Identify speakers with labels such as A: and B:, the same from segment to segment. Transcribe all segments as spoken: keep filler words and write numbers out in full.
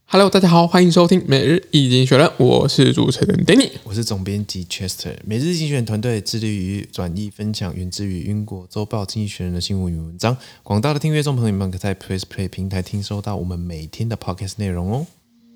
A: Hello， 大家好，欢迎收听每日易经学人，我是主持人 Danny，
B: 我是总编辑 Chester。每日易经学人团队致力于转译分享源自于英国周报《经济学人》的新闻与文章。广大的订阅众朋友们可在 Press Play 平台听收到我们每天的 Podcast 内容哦。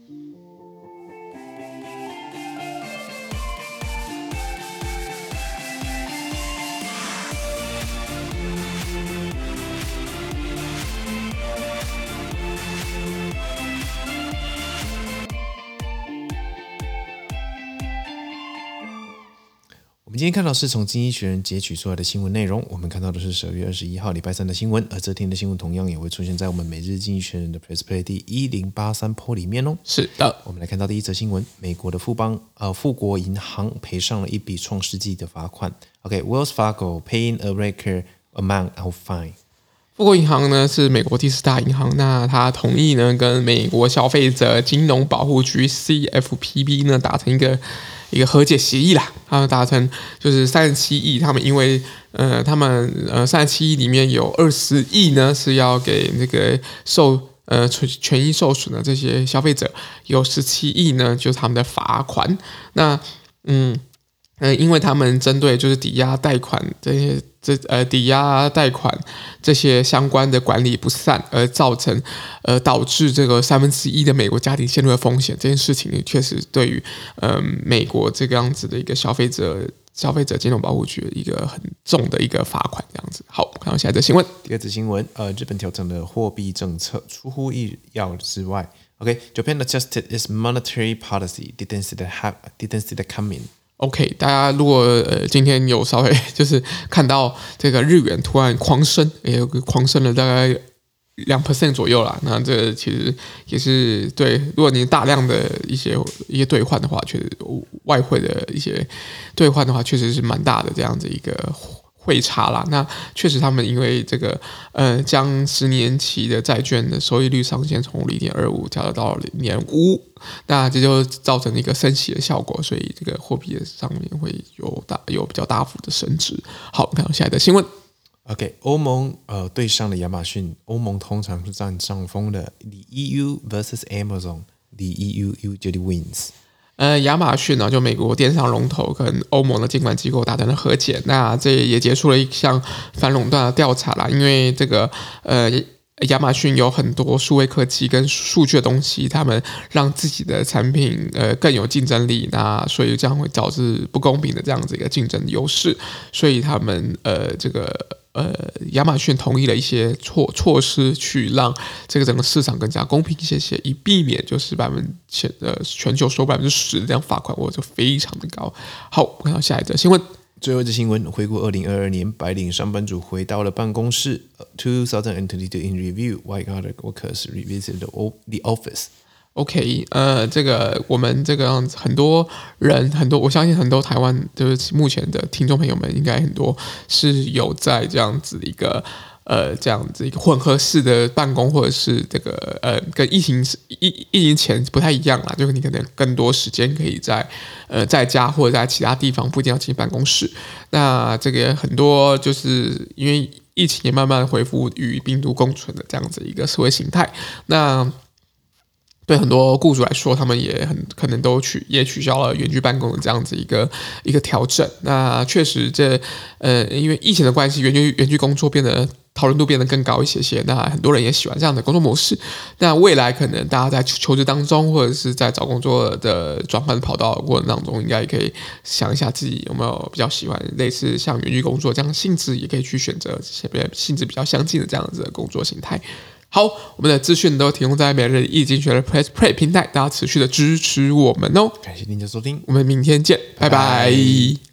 B: 我们今天看到是从经济学人截取出来的新闻内容，我们看到的是十二月二十一号礼拜三的新闻，而这天的新闻同样也会出现在我们每日经济学人的 Press Play 第一零八三 po 里面哦。
A: 是的，
B: 我们来看到第一则新闻，美国的富邦呃富国银行赔上了一笔创世纪的罚款。OK，Wells Fargo paying a record amount of fine。
A: 富国银行呢是美国第四大银行，那它同意呢跟美国消费者金融保护局 C F P B 呢达成一个一个和解协议啦。他们达成就是三十七亿，他们因为呃他们呃三十七亿里面有二十亿呢是要给那个受呃权益受损的这些消费者，有十七亿呢就是他们的罚款。那嗯。呃，因为他们针对就是抵押贷款这些这呃抵押贷款这些相关的管理不善，而造成呃导致这个三分之一的美国家庭陷入了风险，这件事情确实对于呃美国这个样子的一个消费者消费者金融保护局一个很重的一个罚款这样子。好，看到下一则新闻。
B: 第二则新闻，呃，日本调整的货币政策出乎意料之外。OK，Japan adjusted its monetary policy, didn't see that didn't see that coming。
A: OK， 大家如果呃今天有稍微就是看到这个日元突然狂升，也狂升了大概两 percent 左右啦，那这其实也是对，如果你大量的一些一些兑换的话，确实外汇的一些兑换的话，确实是蛮大的这样子一个汇差啦。那确实他们因为这个呃将十年期的债券的收益率上限从 零点二五 调到 零点五， 那这就造成一个升息的效果，所以这个货币上面会有大有比较大幅的升值。好，我们看到下一则新闻。
B: OK， 欧盟呃对上了亚马逊，欧盟通常是占上风的。The E U versus Amazon，The E U usually wins。
A: 呃，亚马逊呢，就美国电商龙头跟欧盟的监管机构达成了和解，那这也结束了一项反垄断的调查啦。因为这个呃，亚马逊有很多数位科技跟数据的东西，他们让自己的产品呃更有竞争力，那所以这样会导致不公平的这样子一个竞争优势，所以他们呃这个。呃，亚马逊同意了一些措措施，去让这个整个市场更加公平一些些，以避免就是百分之呃全球收百分之十的这样罚款，我就非常的高。好，我看到下一则新闻。
B: 最后一则新闻，回顾二零二二年，白领上班族回到了办公室。two thousand twenty-two in review, white-collar workers revisit the office。OK，
A: 呃，这个我们这个样子，很多人，很多，我相信很多台湾就是目前的听众朋友们，应该很多是有在这样子一个呃这样子一个混合式的办公，或者是这个呃跟疫情疫疫情前不太一样啦，就是你可能更多时间可以在呃在家或者在其他地方，不一定要进办公室。那这个很多就是因为疫情也慢慢恢复与病毒共存的这样子一个社会形态，那。对很多雇主来说，他们也很可能都取也取消了远距办公的这样子一个一个调整。那确实这呃，因为疫情的关系，远距远距工作变得讨论度变得更高一些些。那很多人也喜欢这样的工作模式。那未来可能大家在求职当中，或者是在找工作的转换跑道的过程当中，应该也可以想一下自己有没有比较喜欢类似像远距工作这样的性质，也可以去选择性质比较相近的这样子的工作形态。好，我们的资讯都提供在每日易经学的 Press Play 平台，大家持续的支持我们哦。
B: 感谢您的收听，
A: 我们明天见，拜拜。拜拜。